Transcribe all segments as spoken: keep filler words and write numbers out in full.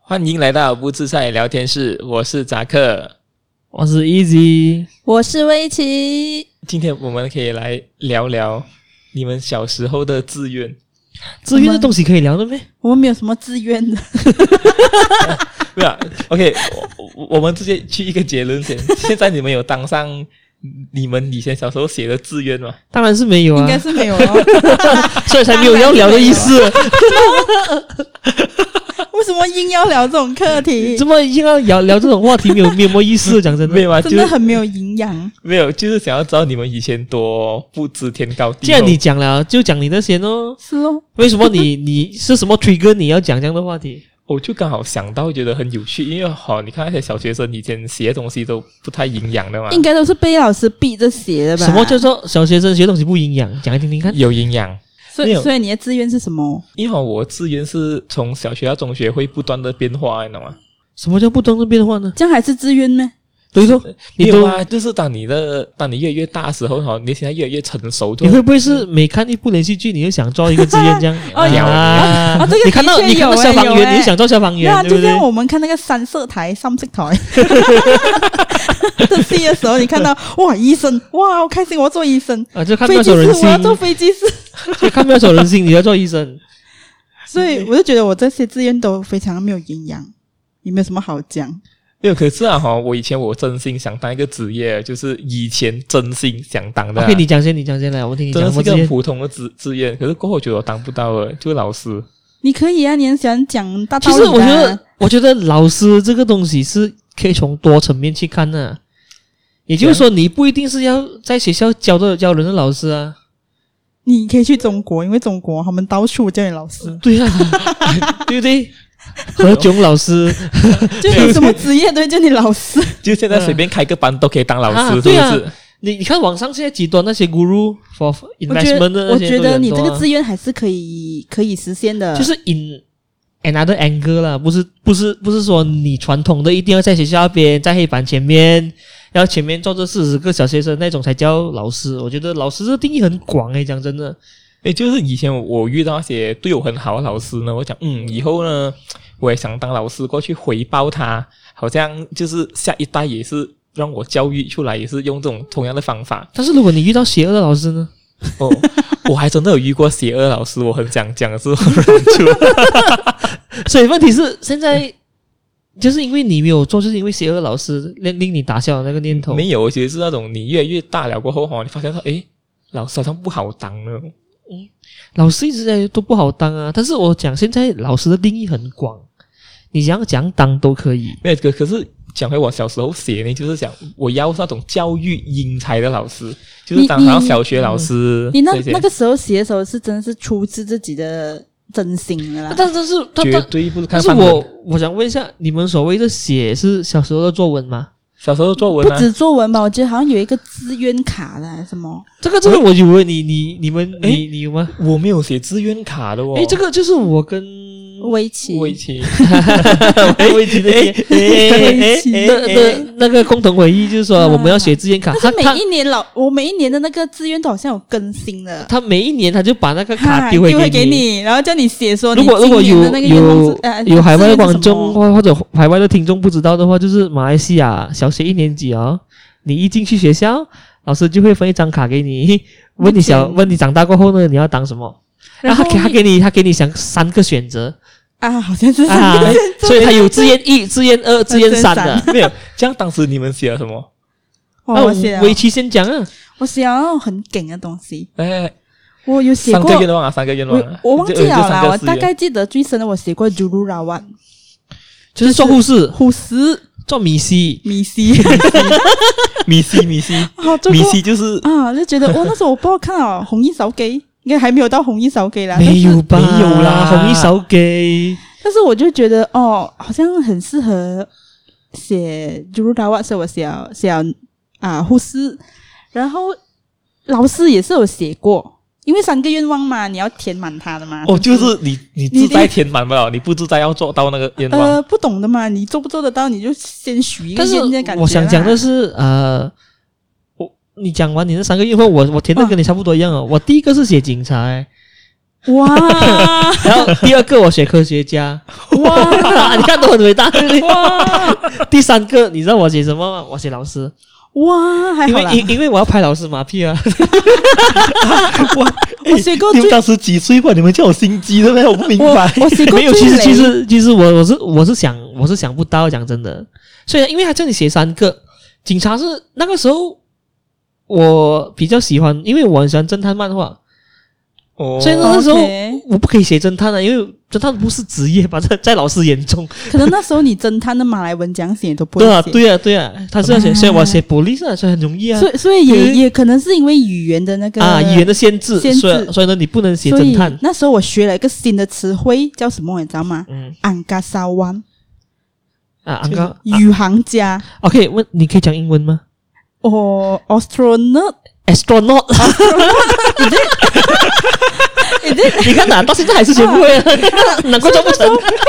欢迎来到不自在聊天室，我是扎克， 我是 Easy， 我是威奇。 今天我们可以来聊聊你们小时候的志愿。 志愿的东西可以聊的咩？ 我们没有什么志愿的。 对啊 ，OK， 我, 我们直接去一个结论先。现在你们有当上你们以前小时候写的志愿吗？ 当然是没有啊， 应该是没有哦， 所以才没有要聊的意思。 为什么硬要聊这种课题？ 怎么硬要聊聊这种话题？没有没有什么意思，讲真的， 没有啊， 真的很没有营养。 没有，就是想要知道你们以前多不知天高地厚。 既然你讲了，就讲你的先哦。 是哦。 为什么你你是什么 trigger 你要讲这样的话题？ 我就刚好想到，觉得很有趣，因为好，你看那些小学生以前写的东西都不太营养的嘛。 应该都是被老师逼着写的吧？ 什么叫做小学生学东西不营养？讲来听听看。 有营养。 所以，所以你的志愿是什么？ 因为我志愿是从小学到中学会不断的变化，你懂吗？ 什么叫不断的变化呢？ 这样还是志愿吗？ 对说， 你懂啊，就是当你的当你越来越大的时候，哈，你现在越来越成熟， 你会不会是每看一部连续剧，你就想做一个志愿这样？ 哦，有啊，啊，这个你看到你看到消防员，你就想做消防员， 对不对？就像我们看那个三色台、三色台的戏的时候，你看到哇，医生，哇，好开心，我要做医生啊，就看妙手仁心， 我要做飞机师， 就看妙手仁心，你要做医生。 所以我就觉得我这些志愿都非常没有营养，也没有什么好讲。 没有，可是啊哈，我以前我真心想当一个职业，就是以前真心想当的、啊。 OK， 你讲先，你讲先来，我听你讲。 真的是一个很普通的职职业，可是过后我觉得我当不到了，就是老师。 你可以啊，你很喜欢讲大道理、啊。 其实我觉得，我觉得老师这个东西是可以从多层面去看的、啊。也就是说，你不一定是要在学校教的教人的老师啊。 你可以去中国，因为中国他们到处叫你老师。 对啊，对不对？何炅老师， 就你什么职业都叫你老师， 就现在随便开个班都可以当老师， 啊、 是不是？ 啊、你你看网上现在极端那些 guru for investment 的那些、啊， 我觉得你这个志愿还是可以可以实现的， 就是 in another angle 啦，不是不是不是说你传统的一定要在学校那边在黑板前面，要前面坐着四十个小学生那种才叫老师。我觉得老师的定义很广诶，讲真的。 诶，就是以前我遇到那些对我很好的老师呢，我讲嗯，以后呢，我也想当老师过去回报他，好像就是下一代也是让我教育出来，也是用这种同样的方法。 但是如果你遇到邪恶的老师呢？ 哦，我还真的有遇过邪恶老师，我很想讲的是我忍住。 所以问题是现在就是因为你没有做，就是因为邪恶老师令令你打消了那个念头。 没有，其实是那种你越来越大了过后哈，你发现说，诶，老师好像不好当了。 嗯，老师一直在都不好当啊，但是我讲现在老师的定义很广，你想讲当都可以。 没有，可可是讲回我小时候写呢，就是讲我要那种教育英才的老师，就是当好像小学老师。 你, 你, 你那那个时候写的时候是真的是出自自己的真心的啦， 但但是绝对不是看。 但是我我想问一下，你们所谓的写是小时候的作文吗？ 小时候作文、啊、 不止作文吧，我觉得好像有一个志愿卡的还是什么。 这个这个我以为你你你们你你有吗？ 我没有写志愿卡的哦。 诶，这个就是我跟围棋围棋围棋的围棋的的那个共同回忆，就是说我们要写志愿卡。 但是每一年老我每一年的那个志愿都好像有更新的。 他每一年他就把那个卡丢回丢回给你，然后叫你写说你如果如果有有呃有海外的观众或或者海外的听众不知道的话，就是马来西亚小学一年级哦，你一进去学校，老师就会分一张卡给你，问你小问你长大过后呢，你要当什么？然后他给他给你他给你想三个选择啊，好像是三个选择、 啊，所以他有志愿一、志愿二、志愿三的。 没有，这样当时你们写了什么？ 哦、我写了围棋先讲啊， 我写了那种很梗的东西。 哎， 我有写过三个愿望啊，三个愿望、啊我，我忘记了啦。我大概记得最深的，我写过 Jururawat， 就是做护士， 护士。 做米西， 米西， 米西，米西，米西就是啊，就觉得哦，那时候我不知道看到红衣扫给，应该还没有到红衣扫给啦， 没有吧？ 没有啦， 红衣扫给。 但是我就觉得哦，好像很适合写 Jururawat， 所以我写写啊护士，然后老师也是有写过。因为三个愿望嘛，你要填满它的嘛。 哦，就是你你自在填满不了，你不自在要做到那个愿望。 呃，不懂的嘛，你做不做得到，你就先许一个愿的感觉。 我想讲的是，呃，我你讲完你那三个愿望，我我填的跟你差不多一样哦。我第一个是写警察、欸， 哇然后第二个我选科学家，哇，你看都很伟大，对不对？哇，第三个你知道我写什么吗？我写老师， 哇，还因为好啦。 因因为我要拍老师马屁啊。 哇， 我写过最你们当时几岁吧？你们叫我心机的咩？我不明白。 我写过没有， 最其实雷其实其实我我是我是想我是想不到，讲真的。所以因为他叫你写三个，警察是那个时候我比较喜欢，因为我很喜欢侦探漫画。 哦， 所以那时候 OK 我不可以写侦探啊，因为侦探不是职业吧，在在老师眼中。 可能那时候你侦探的马来文讲写都不会对啊， 写。 对啊，对啊，他是要写， 啊所以我写 police 啊，所以很容易啊。 所以所以也对也可能是因为语言的那个啊，语言的限制， 限制所以所以呢，你不能写所以侦探。 那时候我学了一个新的词汇，叫什么你知道吗？ 嗯安嘎沙湾， 啊，安哥宇航家。 ，OK，问你可以讲英文吗哦 astronaut ？astronaut，你看哪到现在还是学不会啊，难怪做不成，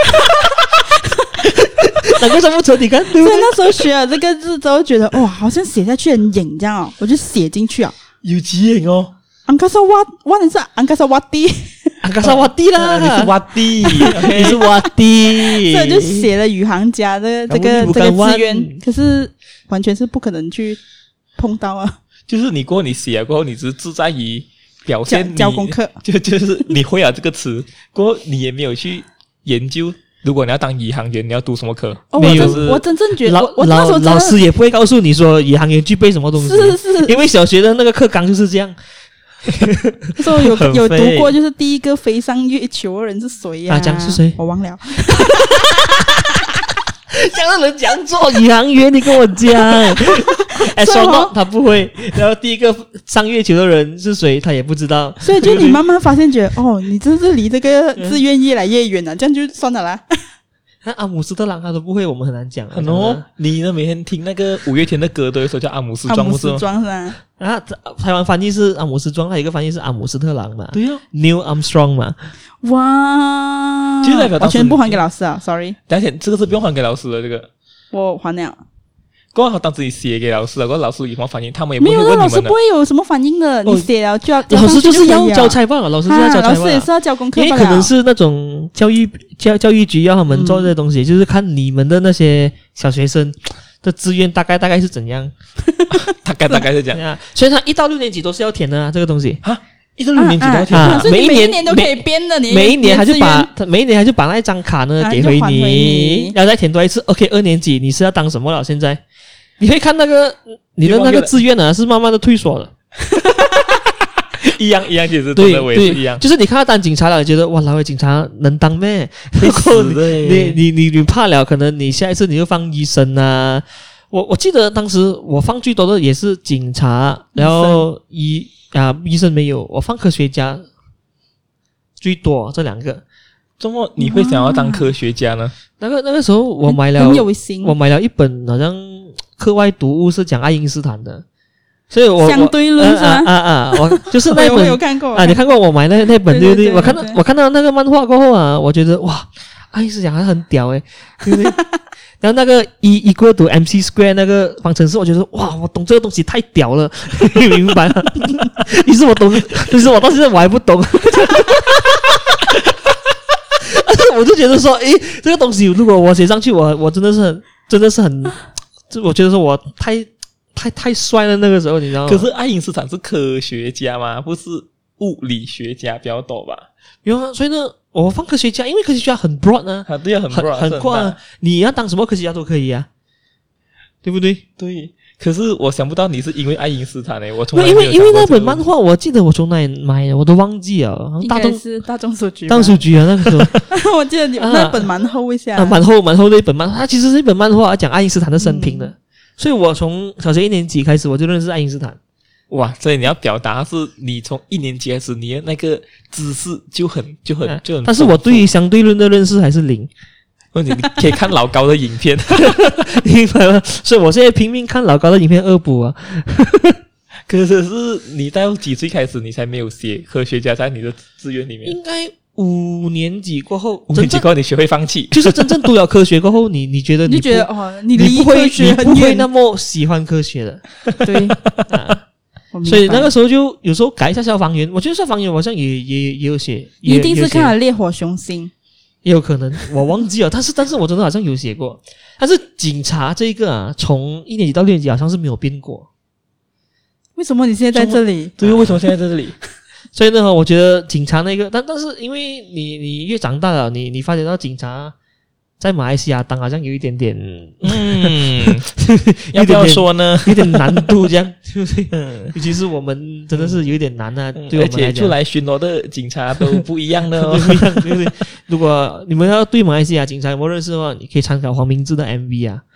难怪做不成，你看对不对？ 所以那时候学了这个字之后，觉得哇，好像写下去很瘾这样哦，我就写进去啊。 有几眼哦？ 安嘎沙瓦，哇，你是安嘎沙瓦蒂， 安哥是瓦蒂啦， 你是挖地， 你是瓦蒂， 所以就写了宇航家的这个这个资源，可是完全是不可能去碰到啊。 就是你过后你写了过后，你只是志在于表现你交交功课， 就就是你会了这个词，过后你也没有去研究。如果你要当宇航员，你要读什么科？ 哦， 没有我真我真正觉得， 老我我那时候真的老老师也不会告诉你说宇航员具备什么东西， 是是， 因为小学的那个课纲就是这样。 那时候有有很废读过，就是第一个飞上月球的人是谁呀？ 啊讲是谁我忘了。 这样的人讲做宇航员，你跟我讲，哎，说到他不会，然后第一个上月球的人是谁，他也不知道。 所以就你慢慢发现，觉得哦，你真是离这个志愿越来越远了，这样就算了啦。 那阿姆斯特朗他都不会，我们很难讲。 很哦，你呢？每天听那个五月天的歌，都会说叫阿姆斯壮， 阿姆斯不是吗？ 壮是吧？ 啊，台湾翻译是阿姆斯壮，还有一个翻译是阿姆斯特朗嘛， 对呀、 ，Neil Armstrong 嘛。 哇， 就代表当时我全部还给老师啊，sorry， 而且这个是不用还给老师的，这个我还了。 过后当时你写给老师了，过后老师有什么反应，他们也不会没有的， 问你们的老师不。会有什么反应的，你写了就要。 老师就是要交差， 差吧，老师是要交差吧。 老师也是要交功课因罢了， 为可能是那种教育教教育局要他们做这些东西，就是看你们的那些小学生的志愿大概大概是怎样。 大概大概是这样对啊，所以他一到六年级都是要填的啊，这个东西。 啊，一直六年级都要填啊所以你每每一年年都可以编的，你每一年他就你的志愿把他每一年他就把那一张卡呢啊给回就还回你你，然后再填多一次。OK， 二年级你是要当什么了？现在你会看那个你的那个志愿呢，是慢慢的退缩的。 一样一样，其实真对的我也是一样对，。就是你看到当警察了，觉得哇，老伟警察能当咩？ 会然后死的你耶你你你怕了，可能你下一次你就放医生啊。我我记得当时我放最多的也是警察，然后医啊医生没有，我放科学家最多这两个。 周末你会想要当科学家呢？ 那个那个时候我买了很有心， 我买了一本好像课外读物是讲爱因斯坦的，所以我相对论是吗？ 啊啊啊！我就是那我有我有本看过啊，你看过我买那那本对不对？ 对对对我看到对我看到那个漫画过后啊，我觉得哇，爱因斯坦还很屌诶，对不对？然后那个 E equal to M C square 那个方程式，我觉得哇，我懂这个东西太屌了，明白了？于是我懂，于是我到现在我还不懂。我就觉得说，诶，这个东西如果我写上去，我我真的是很，真的是很，就我觉得说我太太太帅了。那个时候，你知道吗？ 可是爱因斯坦是科学家嘛，不是物理学家比较多吧？ 有啊，所以呢，我放科学家，因为科学家很 broad 呢、 啊，对啊，很很 broad， 很宽、 大啊，你要当什么科学家都可以啊，对不对？ 对。可是我想不到你是因为爱因斯坦诶，我从来因没有为因为那想过这个本漫画，我记得我从哪里买的，我都忘记了，好像应大众该是大众数据吧， 大数据啊，那个时候我记得你啊那本蛮厚一下啊，蛮厚蛮厚的一本漫画，它其实是一本漫画，讲爱因斯坦的生平的。 嗯所以我从小学一年级开始，我就认识爱因斯坦。 哇，所以你要表达是你从一年级开始，你的那个知识就很就很、 啊就很丰富， 但是我对于相对论的认识还是零， 问题你可以看老高的影片， 明白吗？所以我现在拼命看老高的影片恶补啊。 可是是你到几岁开始你才没有写科学家在你的志愿里面？ 应该五年级过后， 五真正年级过后你学会放弃， 就是真正读了科学过后，你你觉得你你就觉得哦，你离你不会科学你不会很远那么喜欢科学的。 对， 啊我明白所以那个时候就有时候改一下消防员，我觉得消防员好像也也也有写，也一定是也有写看了烈火雄心。 也有可能，我忘记了，但是但是我真的好像有写过，但是警察这一个啊，从一年级到六年级好像是没有变过。 为什么你现在在这里？ 对，为什么现在在这里？ 所以呢，我觉得警察那个，但但是因为你你越长大了，你你发觉到警察在马来西亚当好像有一点点， 嗯，要不要说呢？ 有点难度这样，对不对？嗯，尤其是我们真的是有一点难啊， 嗯、 对我们来讲， 而且出来巡逻的警察都不一样的哦， 不一样，对不对？如果你们要对马来西亚警察有没有认识的话，你可以参考黄明志的 M V 啊，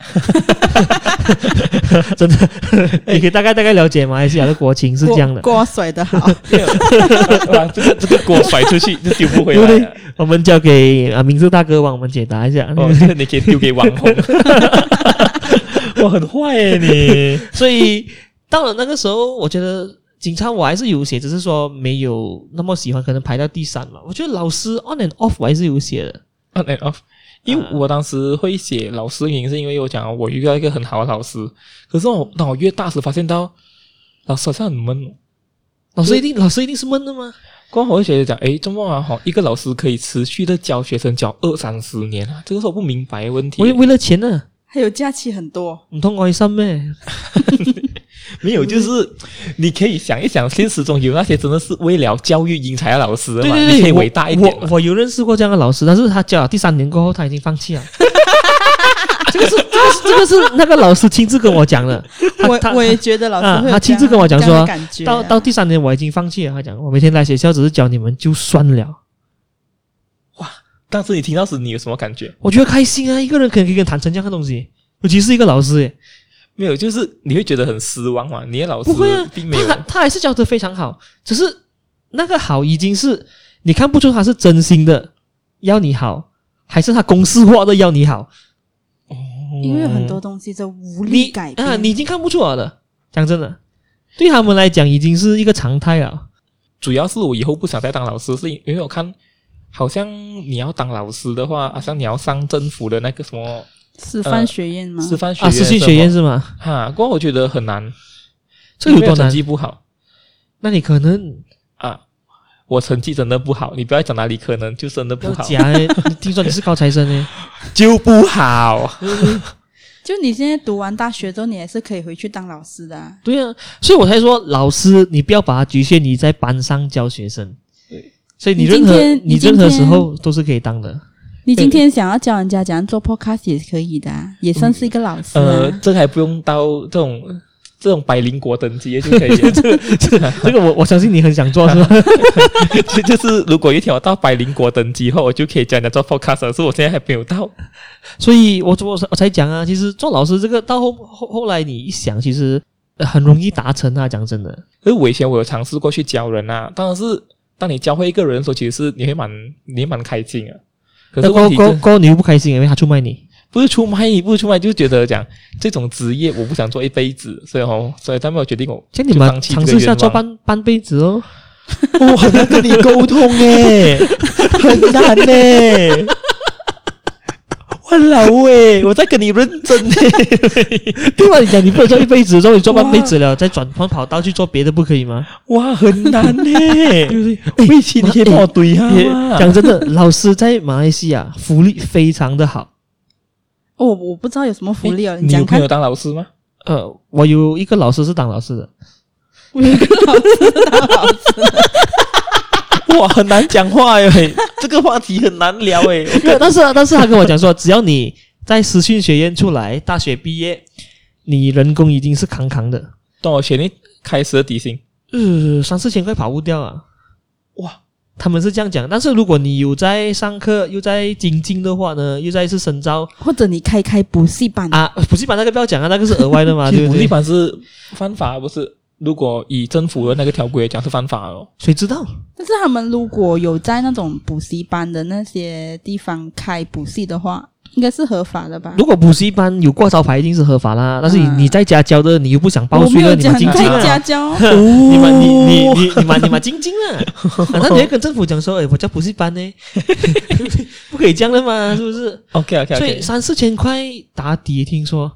真的，你可以大概大概了解马来西亚的国情是这样的。 锅锅甩的好， 哇，这个这个锅甩出去就丢不回来了。 对不对？我们交给啊明志大哥帮我们解答一下。 哦，这个你可以丢给网红。哇，很坏耶你！ 所以到了那个时候，我觉得警察我还是有写，只是说没有那么喜欢，可能排到第三嘛。我觉得老师 on and off 我还是有写的 on and off， 因为我当时会写老师原因是因为我讲我遇到一个很好的老师，可是我当我越大时发现到老师好像很闷， 老师一定老师一定是闷的吗？ 过后我就觉得讲，诶，怎么啊？哈，一个老师可以持续的教学生教二三十年啊，这个是我不明白的问题。 为为了钱呢、啊？ 还有假期很多， 唔通我心咩？ 没有，就是你可以想一想，现实中有那些真的是为了教育英才的老师的嘛？ 对对对， 你可以伟大一点嘛。 我我我有认识过这样的老师，但是他教了第三年过后，他已经放弃了。这个是这个是这个是那个老师亲自跟我讲的。 我我也觉得老师会有、 啊、他亲自跟我讲说， 感觉、啊、 到到第三年我已经放弃了。他讲我每天来学校只是教你们就算了。 哇！当时你听到时你有什么感觉？ 我觉得开心啊！一个人可以可以跟谈成这样的东西，尤其是一个老师耶。 没有，就是你会觉得很失望嘛？你的老师不会啊， 并没有， 他他还是教得非常好，只是那个好已经是你看不出他是真心的要你好，还是他公式化的要你好。 哦， 因为有很多东西都无力改变啊，你已经看不出来了。讲真的，对他们来讲已经是一个常态了。 主要是我以后不想再当老师，是因为我看好像你要当老师的话，好像你要上政府的那个什么师范学院吗？ 呃、师范学院啊，师训学院是吗？ 哈，不过我觉得很难。 这有多难？ 成绩不好， 那你可能啊，我成绩真的不好，你不要讲哪里可能，就真的不好。 假的，你听说你是高材生呢， 就不好。 就你现在读完大学之后，你还是可以回去当老师的、啊。 对啊，所以我才说，老师你不要把它局限你在班上教学生。 对， 所以你任何 你, 你任何时候都是可以当的。 你今天想要教人家怎样做 podcast 也可以的、啊，也算是一个老师、啊嗯。呃，这还不用到这种这种百灵果等级就可以了。这个这个这个我我相信你很想做是吧？ 就就是如果有一天我到百灵果等级后，我就可以教人家做 podcast， 可是我现在还没有到。 所以我我我才讲啊，其实做老师这个到后后后来你一想，其实很容易达成啊。讲真的， 可是我以前我有尝试过去教人啊，当然是当你教会一个人的时候，其实是你会蛮你会蛮开心啊。可是问题过过你又不开心，因为他出卖你， 不是出卖你，不是出卖，就是觉得讲这种职业我不想做一辈子，所以哦，所以他们有决定我像你们尝试一下做半半辈子哦。 我很难跟你沟通诶，很难诶。哇老诶，我在跟你认真诶， 对吧？你讲你不能做一辈子，之后你做半辈子了，再转换跑道去做别的，不可以吗？ 哇，很难诶，对不对？围棋你可以帮我对哈。 讲真的，老师在马来西亚福利非常的好。 哦，我不知道有什么福利哦。 你有朋友当老师吗？ 呃，我有一个老师是当老师的， 我有一个老师是当老师的。 哇，很难讲话诶，这个话题很难聊诶。 但是但是他跟我讲说，只要你在师训学院出来，大学毕业，你人工已经是扛扛的。 多少钱呢？开始的底薪？ 呃，三四千块跑不掉啊！ 哇， 他们是这样讲。但是如果你有在上课，又在精进的话呢，又在是深造， 或者你开开补习班啊，补习班那个不要讲啊，那个是额外的嘛，对不对？ 补习班是犯法不是？如果以政府的那个条规来讲是犯法哦， 谁知道？ 但是他们如果有在那种补习班的那些地方开补习的话，应该是合法的吧？ 如果补习班有挂招牌，一定是合法啦。但是你你在家教的，你又不想报税了，你们精进在家教， 你们你你你你们你们精进了，那你要跟政府讲说，哎，我叫补习班呢，不可以这样的嘛，是不是 ？OK OK OK， 所以三四千块打底，听说。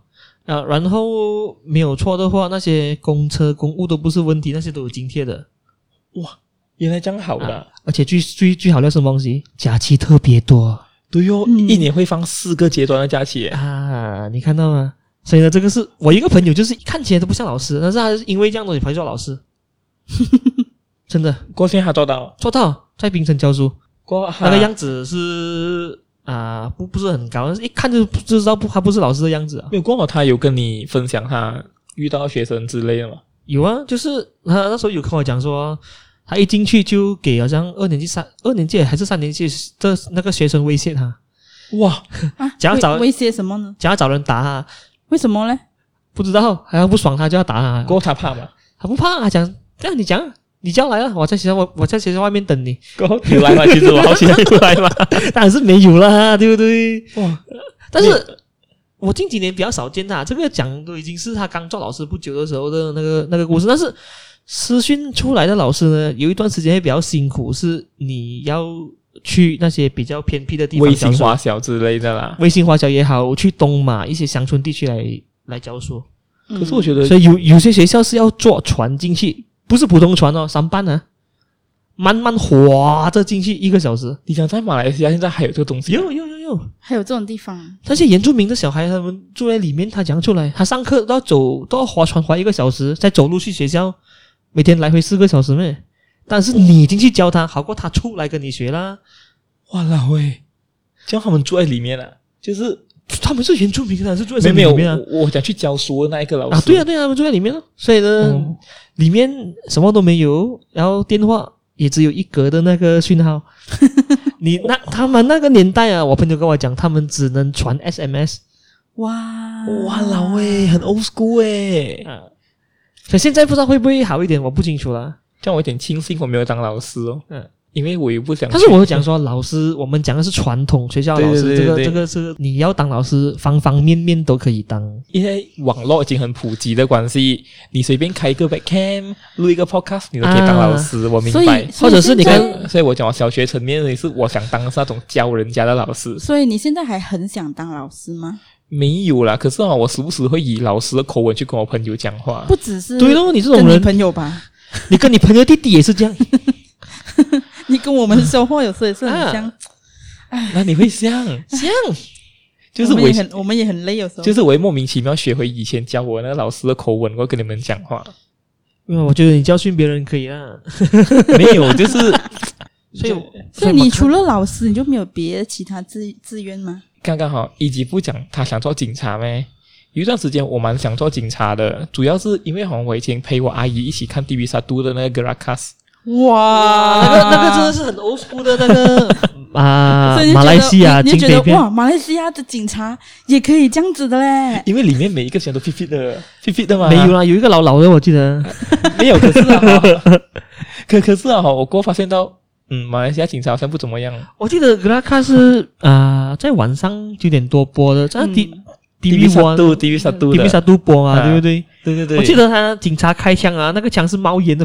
啊，然后没有错的话，那些公车公务都不是问题，那些都有津贴的。 哇，原来这样好的、啊啊，而且最最最好的什么东西，假期特别多对哦、 嗯一年会放四个阶段的假期耶。 啊，你看到吗？所以呢，这个是我一个朋友，就是看起来都不像老师，但是他因为这样东西跑去做老师，真的过现在他做到， 做到在槟城教书， 过那个样子是啊、不不是很高，但是一看就就知道不他不是老师的样子啊。 没有过后他有跟你分享他遇到学生之类的吗？ 有啊，就是他那时候有跟我讲说，他一进去就给好像二年级三二年级还是三年级的那个学生威胁他， 哇， 啊， 想要找威威胁什么呢？ 想要找人打他， 为什么呢？ 不知道还要不爽他就要打他， 过后他怕吗？ 他不怕，他讲这样你讲，你叫来了，我在学校我我在学校外面等你， 过后有来吗？其实我好奇他有来吗？ 当然是没有啦，对不对？ 哇， 但是我近几年比较少见他，这个讲都已经是他刚做老师不久的时候的那个那个故事。但是师训出来的老师呢，有一段时间会比较辛苦，是你要去那些比较偏僻的地方微教书， 型华小之类的啦。 微型华小也好，去东马一些乡村地区来来教书。 嗯可是我觉得所以有有些学校是要坐船进去，不是普通船哦，三班啊，慢慢划着进去一个小时。 你讲在马来西亚现在还有这个东西啊？ 有有有有， 还有这种地方， 那些原住民的小孩，他们住在里面，他讲出来，他上课都要走，都要划船划一个小时，再走路去学校，每天来回四个小时咩？但是你进去教他，好过他出来跟你学啦。 哇老喂，这样他们住在里面啊？就是他们是原住民，他是住在没有没有里面啊。 我我讲去教书的那一个老师啊，对啊对啊，他们住在里面了。所以呢， 嗯里面什么都没有，然后电话也只有一格的那个讯号。你那他们那个年代啊，我朋友跟我讲，他们只能传 S M S 哇哇老喂，很 old school 诶。 啊。可现在不知道会不会好一点，我不清楚啦。 这样我有点庆幸我没有当老师哦， 嗯， 因为我也不想去。 但是我讲说，老师我们讲的是传统学校老师， 对对对对这个这个是你要当老师，方方面面都可以当。 因为网络已经很普及的关系，你随便开一个 webcam 录一个 podcast，你都可以当老师。我明所以白。 或者是你看所以现在所以我讲我小学层面也是我想当是那种教人家的老师， 所以你现在还很想当老师吗？ 没有啦。可是啊，我时不时会以老师的口吻去跟我朋友讲话。 不只是对咯，你这种跟你人， 朋友吧， 你跟你朋友弟弟也是这样。 你跟我们说话有时候也是很啊像， 那你会像， 这样， 就是我我们也很我们也很累，有时候就是我会莫名其妙学回以前教我那个老师的口吻，我跟你们讲话。 因为我觉得你教训别人可以啦。 没有，就是所以， 所以你除了老师，你就没有别的其他志志愿吗？ 刚刚好，一级不讲他想做警察咩？有一段时间我蛮想做警察的，主要是因为好像我以前陪我阿姨一起看 D V 沙都的那个 Gerakas。 哇， 那个那个真的是很 old school 的那个啊所以你，就觉得马来西亚你你就觉警匪片。 得哇，马来西亚的警察也可以这样子的嘞。 因为里面每一个学生都 fit fit 的 fit fit 的嘛。 没有啦，有一个老老的我记得。 没有，可是啊，可可是啊，我过后发现到，嗯，马来西亚警察好像不怎么样。 我记得格拉卡是啊、呃在晚上九点多播的，在 D 嗯 D D V V 沙 one 都 D V 沙都 D V 沙都播嘛， 啊对不对？ 对对对， 我记得他警察开枪啊，那个枪是冒烟的。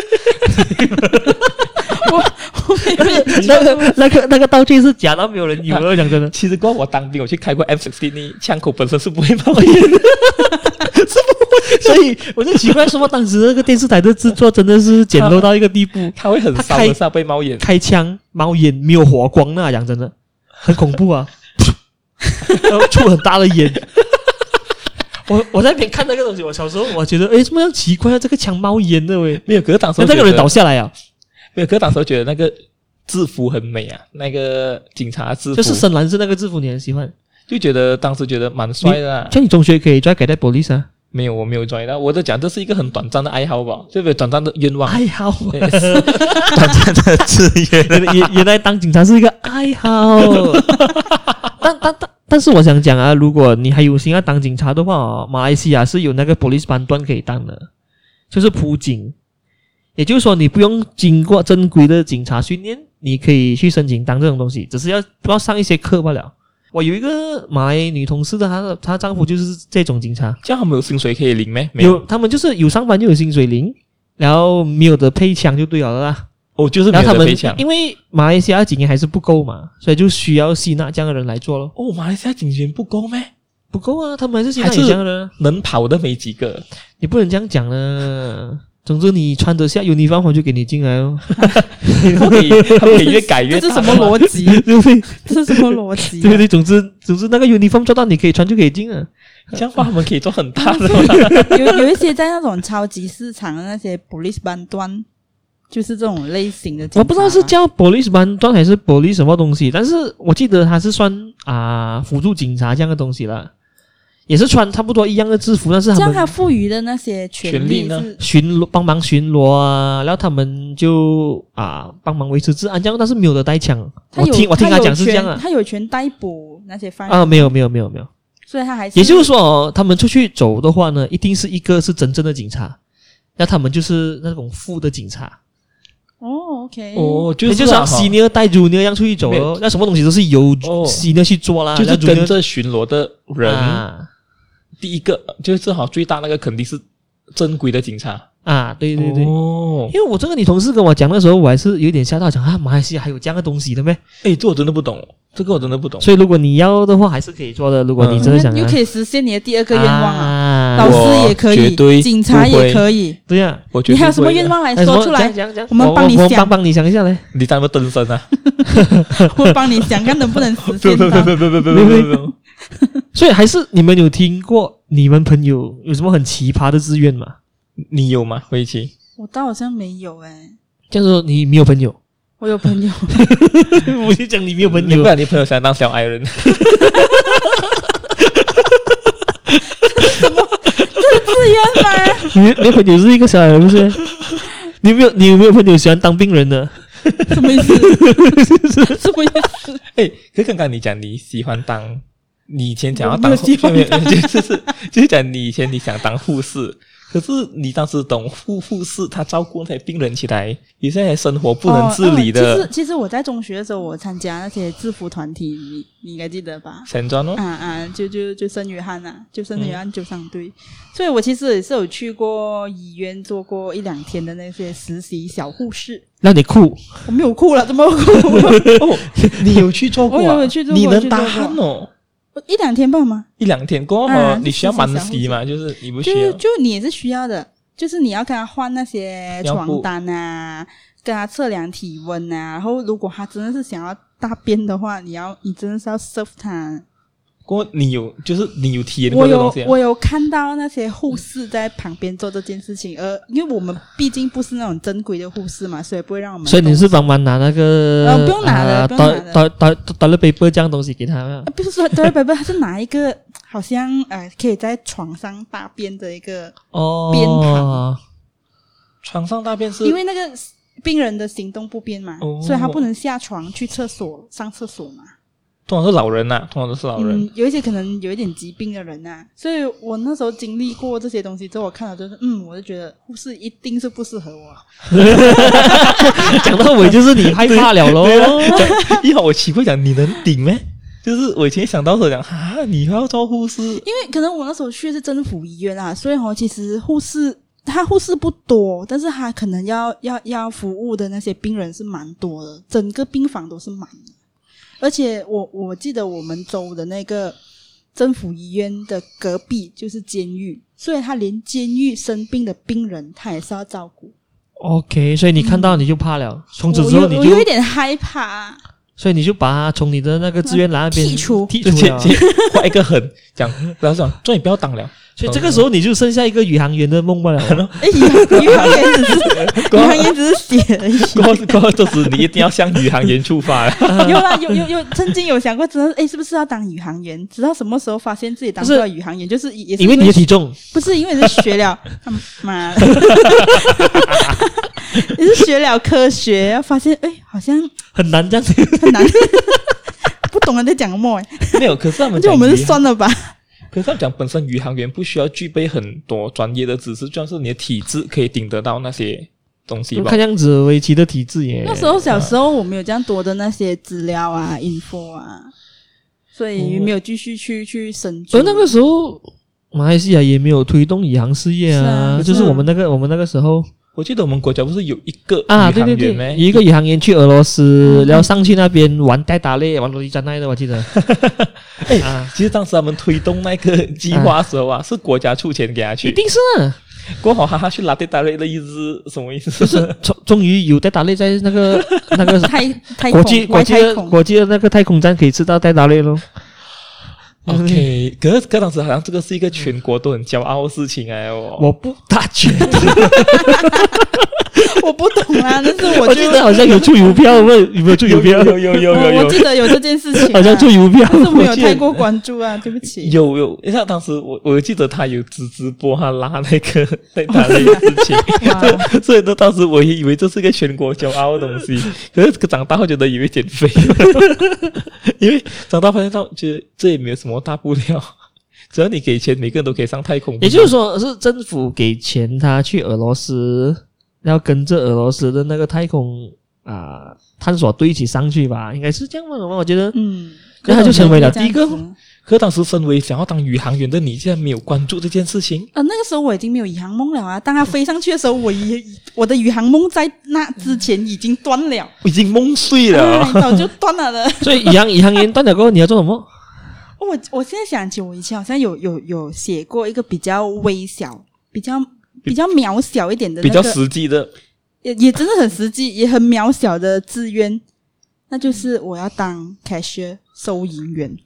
那个那个那个道具是假到没有人有了，讲真的。 其实过后我当兵，我去开过 M 十六，你枪口本身是不会冒烟的。 所以我就奇怪，说么当时那个电视台的制作真的是简陋到一个地步， 它会很他开烧很烧被冒烟。 开枪冒烟没有火光那讲真的很恐怖啊，然后出很大的烟。我我在那边看那个东西，我小时候我觉得，诶，怎么样奇怪啊？这个枪冒烟的喂， 没有，可是当时那那个人倒倒， 下来啊， 没有，可是当时觉得那个制服很美啊，那个警察制服， 就是深蓝色那个制服，你很喜欢。 就觉得当时觉得蛮帅的啊。 像你中学可以 try 给在 police 啊， 没有，我没有抓到，我在讲这是一个很短暂的爱好吧，这个短暂的愿望。 爱好。 对短暂的志愿。 原原原来当警察是一个爱好，但但但但是我想讲啊，如果你还有心要当警察的话、哦，马来西亚是有那个 police 班段可以当的，就是普警，也就是说你不用经过正规的警察训练，你可以去申请当这种东西，只是要不要上一些课罢了。我有一个马来女同事的，她的她丈夫就是这种警察， 这样他们有薪水可以领咩？没有他们就是有上班就有薪水领，然后没有的配枪就对了啦。 哦，就是没然后他们有得赔偿。 因为马来西亚警员还是不够嘛，所以就需要吸纳这样的人来做咯。 哦，马来西亚警员不够咩？ 不够啊，他们还是现还是在也这样的， 能跑的没几个。 你不能这样讲的。总之，你穿得下 uniform 我就给你进来哦。 他可以，他可以越改越大。 这是什么逻辑？ 对不对？ 这是什么逻辑、啊？ 对不对？总之，总之那个 uniform 做到你可以穿就可以进啊。 这样的话，他们可以做很大的。 有有一些在那种超级市场的那些 police 班段，就是这种类型的警察。 我不知道是叫 police 班段还是 police 什么东西，但是我记得他是算啊、辅助警察这样的东西啦。也是穿差不多一样的制服，但是他们这样他赋予的那些权权利呢是巡逻帮忙巡逻啊，然后他们就啊帮忙维持治安这样，但是没有的带枪。我他有听我听他有讲是这样啊权他有权逮捕那些犯人啊，没有没有没有没有， 所以他还是也就是说、哦、他们出去走的话呢，一定是一个是真正的警察，那他们就是那种副的警察。 哦 OK 哦，就也就是像啊哈 senior 带 junior 这样出去走没有哦，那什么东西都是由哦 senior 去做啦， 就是然后 junior 跟着巡逻的人。 啊第一个就是好最大那个肯定是正规的警察。 啊，对对对。 哦， 因为我这个你同事跟我讲的时候，我还是有点吓到，讲啊，马来西亚还有这样的东西的咩？ 哎，这我真的不懂，这个我真的不懂。 所以如果你要的话，还是可以做的。如果你真的想、啊又可以实现你的第二个愿望啊！ 啊老师也可我绝以， 对警察也可以。 对呀、 我觉得你还有什么不会的愿？望来哎， 说出来？ 讲讲讲， 我们帮你想我帮帮你想一下来。 你当个登山啊？ 我帮你想看能不能实不现到。 不不不不不不不不！ 所以还是你们有听过你们朋友有什么很奇葩的志愿吗？ 你有吗？回去我倒好像没有诶、 这样说你没有朋友， 我有朋友， 我就讲你没有朋友你不。然你朋友想当小矮人？ 自愿吗？ 你你的朋友是一个小矮人不是？你有没有你有没有朋友喜欢当病人的？ 什么意思？什么意思？ 哎，可是刚刚你讲你喜欢当，你以前讲要我没当有喜欢没有当就就是就是讲你以前你想当护士，可是你当时懂护护士他照顾那些病人起来，有些生活不能自理哦嗯的。 其实其实我在中学的时候，我参加那些制服团体，你你应该记得吧？ 神装哦， 啊啊，就就就圣约翰啊，就圣约翰救伤队。所以我其实也是有去过医院做过一两天的那些实习小护士。 让你哭， 我没有哭了，怎么哭？ 哦，你有去做过、啊？ 我有去做过你能打鼾哦？ 一两天吧吗？ 一两天过后、 啊你需要满实习小护士洗吗？就是你不需就要。 就你也是需要的，就是你要跟他换那些尿布床单啊，跟他测量体温啊，然后如果他真的是想要大便的话，你要你真的是要 serve 他。 过后你有就是你有体验过我有这东西、啊？ 我有看到那些护士在旁边做这件事情，而因为我们毕竟不是那种正规的护士嘛，所以不会让我们。 所以你是帮忙拿那个呃不用拿的啊不用拿的倒倒倒倒了 paper 这样东西给他吗啊，不是说对对对，他是拿一个好像呃可以在床上大便的一个， 哦， 边旁床上大便是因为那个病人的行动不便嘛， 哦所以他不能下床去厕所上厕所嘛。 通常是老人呐、啊，通常都是老人。 嗯，有一些可能有一点疾病的人呐、所以我那时候经历过这些东西之后，我看了就是，嗯，我就觉得护士一定是不适合我。 讲到尾就是你害怕了咯。 一好我奇怪讲你能顶咩？就是我以前想到时候讲啊，你还要做护士？ 因为可能我那时候去的是政府医院啊，所以哦，其实护士他护士不多，但是他可能要要要服务的那些病人是蛮多的，整个病房都是满的。而且我我记得我们州的那个政府医院的隔壁就是监狱，所以他连监狱生病的病人他也是要照顾。 OK， 所以你看到你就怕了，从此我之后你就有我有一点害怕。 所以你就把他从你的那个志愿栏那边剔除剔除了。 切切画一个痕，讲然后讲，这你不要当了。 所以这个时候你就剩下一个宇航员的梦罢了。 哎，宇航宇航员只是宇航员只是写而已。 过后过后，这时你一定要向宇航员出发。 有啦，有有有，曾经有想过，真的，哎，是不是要当宇航员？直到什么时候发现自己当不了宇航员，就是也是因为你的体重不是因为你是学了，他妈的，你是学了科学，发现哎，好像很难这样子。 很难，不懂人在讲什么哎。 没有，可是他们就我们是讲宇算了吧。 可是他们讲本身宇航员不需要具备很多专业的知识，就像是你的体质可以顶得到那些东西吧看。样子围棋的体质耶。 那时候小时候我没有这样多的那些资料啊、info 啊，所以没有继续去去深究。 而那个时候马来西亚也没有推动宇航事业啊， 是啊就是我们那个我们那个时候我记得我们国家不是有一个啊， 宇对对对， 航员咩？ 有一个宇航员去俄罗斯， 嗯然后上去那边玩带打猎，玩洛丽詹奈的，我记得。 哎、 啊， 其实当时他们推动那个计划的时候啊，是国家出钱给他去。 一定是啊， 过后哈哈去拉带打猎的意思是什么意思？ 就是终终于有带打猎在那个那个太太国空际国际的外太空， 国际的那个太空站可以吃到带打猎咯。 OK，可是可当时好像这个是一个全国都很骄傲的事情哎哦。 我不大觉得， 我不懂啊，但是我就我记得好像有出邮票，问有没有出邮票？ 有有有有有有我我记得有这件事情、啊， 好像出邮票， 但是没有我记得太过关注啊，对不起。 有有，因为当时我我记得他有直直播他拉那个带打猎的事情， 哇所以呢，当时我也以为这是个全国骄傲的东西，可是长大后觉得以为减肥，因为长大发现到觉得这也没有什么大不了，只要你给钱，每个人都可以上太空。 也就是说，是政府给钱他去俄罗斯，然后跟着俄罗斯的那个太空啊、探索队一起上去吧，应该是这样吧？我觉得， 嗯， 然后他就成为了第一个这样子可当时身为想要当宇航员的你，竟然没有关注这件事情。 呃，那个时候我已经没有宇航梦了啊！当他飞上去的时候，我已我的宇航梦在那之前已经断了， 我已经梦碎了。 哎，早就断了的。 所以宇航宇航员断了过后，你要做什么？ 哦我我现在想起，我以前好像有有有写过一个比较微小、比较比较渺小一点的、那个， 比较实际的， 也也真的很实际，也很渺小的志愿，那就是我要当 cashier 收银员。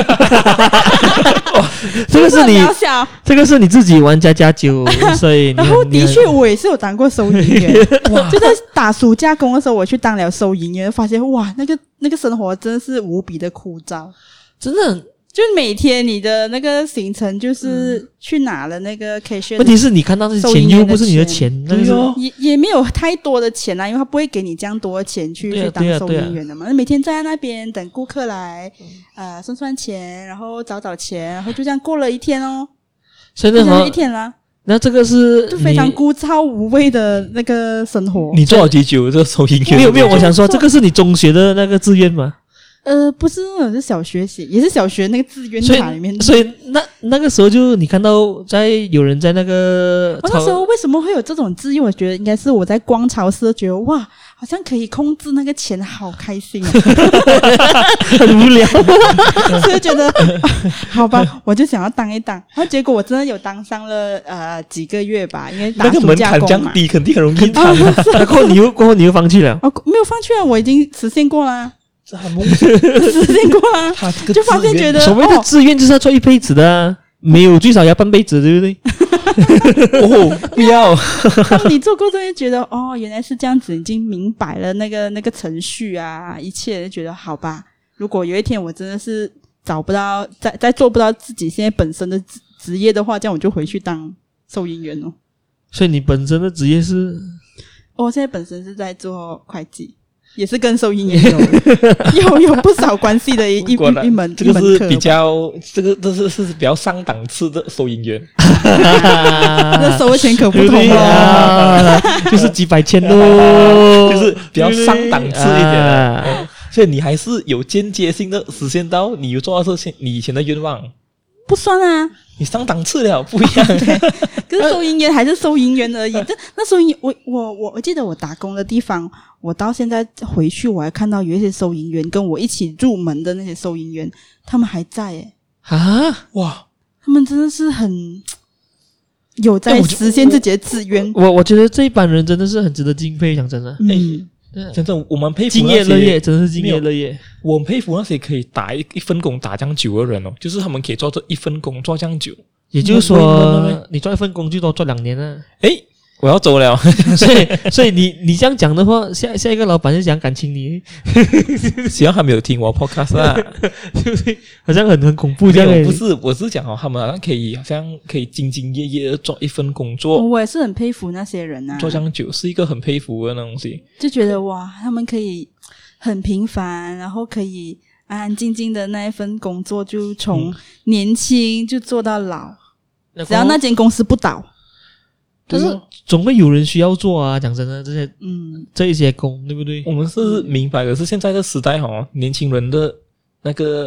这个是你， 渺小。 这个是你自己玩家家酒，所以你然后的确， 你我也是有当过收银员，就在打暑假工的时候，我去当了收银员，发现哇，那个那个生活真的是无比的枯燥。 真的很， 就每天你的那个行程就是去拿了那个 cashier， 问题是你看到的钱收银员的又不是你的钱钱，那个是对哦也也没有太多的钱啦，因为他不会给你这样多的钱去、 对啊去当收对啊对啊银员的嘛。那每天站在那边等顾客来，呃，算算钱，然后找找钱，然后就这样过了一天哦， 所以那什么就这样一，天啦， 那这个是就非常你枯燥无味的那个生活。 你做了几久？这个收银员没有没有，我想说做这个是你中学的那个志愿吗？ 呃，不是，我是小学写，也是小学那个志愿所卡里面以。所以那那个时候就你看到在有人在那个我那时候为什么会有这种志愿？我觉得应该是我在逛超市，觉得哇，好像可以控制那个钱，好开心啊！ 很无聊， 所以觉得、啊好吧，我就想要当一当。然后结果我真的有当上了呃几个月吧，因为打那个暑门槛假工嘛。 降低，肯定很容易当啊。 然后你又过后你又放弃了。 哦，没有放弃啊，我已经实现过啦， 这很梦实现过啦， 他这个就发现觉得所谓的哦志愿就是要做一辈子的啊，没有最少要半辈子，对不对？ 哦，不要， 当你做过这些，觉得哦，原来是这样子，已经明白了那个那个程序啊，一切就觉得好吧。如果有一天我真的是找不到，再再做不到自己现在本身的职职业的话，这样我就回去当收银员哦。 所以你本身的职业是哦我现在本身是在做会计，也是跟收银员有有有不少关系的一一果然一一门这个一门课是比较，这个这是是比较上档次的收银员。 那收的钱可不对不对同哦。 啊？就是几百千咯， 就是比较上档次一点的啊所以你还是有间接性的实现到你有做到这些你以前的愿望， 不算啊， 你上档次了，不一样。 可是收银员还是收银员而已。这那收银我我我我记得我打工的地方，我到现在回去我还看到有一些收银员跟我一起入门的那些收银员，他们还在诶， 啊！ 哇， 他们真的是很有在哎我就实现自己的志愿。 我我觉得这一班人真的是很值得敬佩，讲真的， 嗯， 真正我们佩服敬那些业乐业，真的是敬业乐业。 我很佩服那些可以打一一份工打这样久的人哦，就是他们可以做这一份工做这样久。 也就是我我我我说，你做一份工最多做两年啊。 诶，我要走了。 所以，所以你你这样讲的话，下下一个老板是讲感情你， 希望他没有听我 podcast 啊。 对不对？好像很很恐怖这样诶。 没有不是，我是讲哦，他们好像可以，好像可以兢兢业业的做一份工作， 我也是很佩服那些人啊， 做这样久是一个很佩服的东西。 就觉得哇，他们可以很平凡，然后可以安安静静的那一份工作，就从年轻就做到老，只要那间公司不倒。 但是总会有人需要做啊。讲真的，这些嗯， 这一些工，对不对？ 我们是明白，可是现在的时代哦，年轻人的那个